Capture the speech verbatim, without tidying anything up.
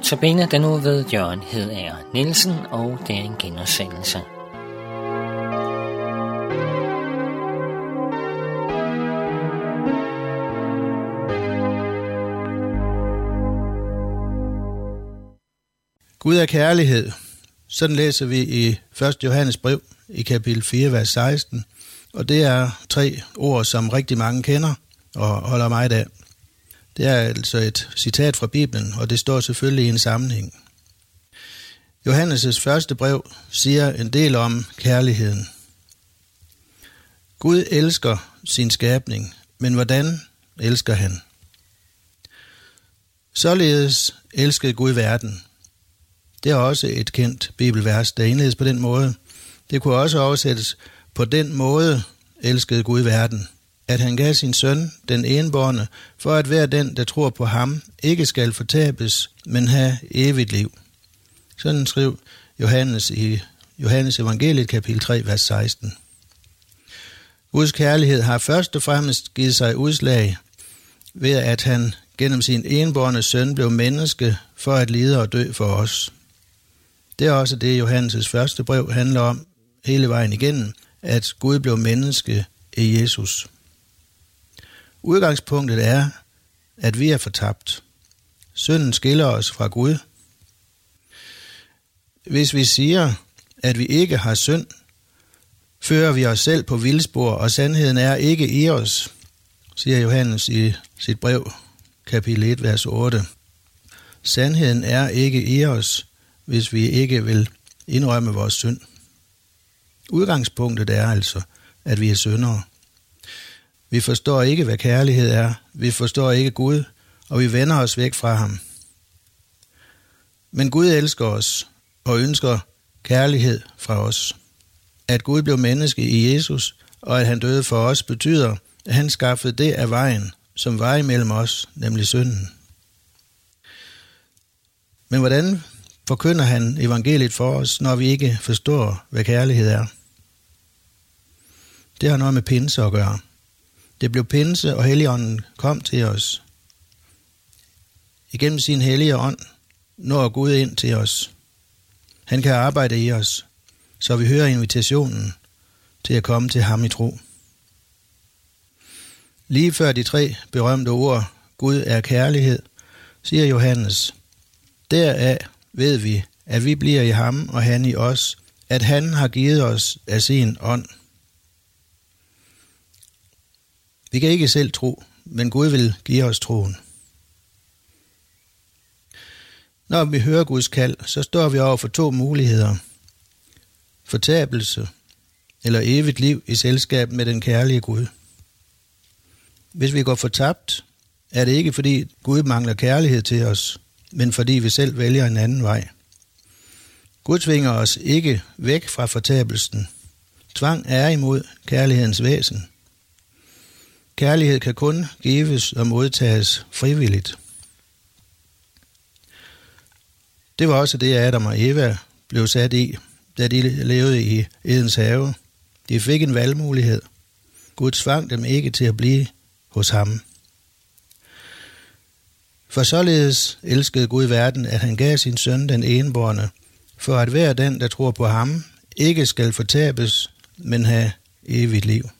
Notabene den nu ved Jørgen Hedager Nielsen, og det er en genudsendelse. Gud er kærlighed. Sådan læser vi i første Johannes brev i kapitel fire, vers seksten. Og det er tre ord, som rigtig mange kender og holder meget af. Det er altså et citat fra Bibelen, og det står selvfølgelig i en sammenhæng. Johannes' første brev siger en del om kærligheden. Gud elsker sin skabning, men hvordan elsker han? Således elskede Gud verden. Det er også et kendt bibelvers, der indledes på den måde. Det kunne også oversættes: på den måde elskede Gud verden, at han gav sin søn, den enbårne, for at hver den, der tror på ham, ikke skal fortabes, men have evigt liv. Sådan skrev Johannes i Johannes evangeliet kapitel tre, vers seksten. Guds kærlighed har først og fremmest givet sig udslag ved, at han gennem sin enbårne søn blev menneske for at lide og dø for os. Det er også det, Johannes' første brev handler om hele vejen igennem, at Gud blev menneske i Jesus. Udgangspunktet er, at vi er fortabt. Synden skiller os fra Gud. Hvis vi siger, at vi ikke har synd, fører vi os selv på vildspor, og sandheden er ikke i os, siger Johannes i sit brev, kapitel et, vers otte. Sandheden er ikke i os, hvis vi ikke vil indrømme vores synd. Udgangspunktet er altså, at vi er syndere. Vi forstår ikke, hvad kærlighed er. Vi forstår ikke Gud, og vi vender os væk fra ham. Men Gud elsker os og ønsker kærlighed fra os. At Gud blev menneske i Jesus, og at han døde for os, betyder, at han skaffede det af vejen, som var imellem os, nemlig synden. Men hvordan forkynder han evangeliet for os, når vi ikke forstår, hvad kærlighed er? Det har noget med pinse at gøre. Det blev pinse, og Helligånden kom til os. Igennem sin hellige ånd når Gud ind til os. Han kan arbejde i os, så vi hører invitationen til at komme til ham i tro. Lige før de tre berømte ord, Gud er kærlighed, siger Johannes: deraf ved vi, at vi bliver i ham og han i os, at han har givet os af sin ånd. Vi kan ikke selv tro, men Gud vil give os troen. Når vi hører Guds kald, så står vi over for to muligheder: fortabelse eller evigt liv i selskab med den kærlige Gud. Hvis vi går fortabt, er det ikke fordi Gud mangler kærlighed til os, men fordi vi selv vælger en anden vej. Gud tvinger os ikke væk fra fortabelsen. Tvang er imod kærlighedens væsen. Kærlighed kan kun gives og modtages frivilligt. Det var også det, Adam og Eva blev sat i, da de levede i Edens have. De fik en valgmulighed. Gud tvang dem ikke til at blive hos ham. For således elskede Gud verden, at han gav sin søn den enbårne, for at hver den, der tror på ham, ikke skal fortabes, men have evigt liv.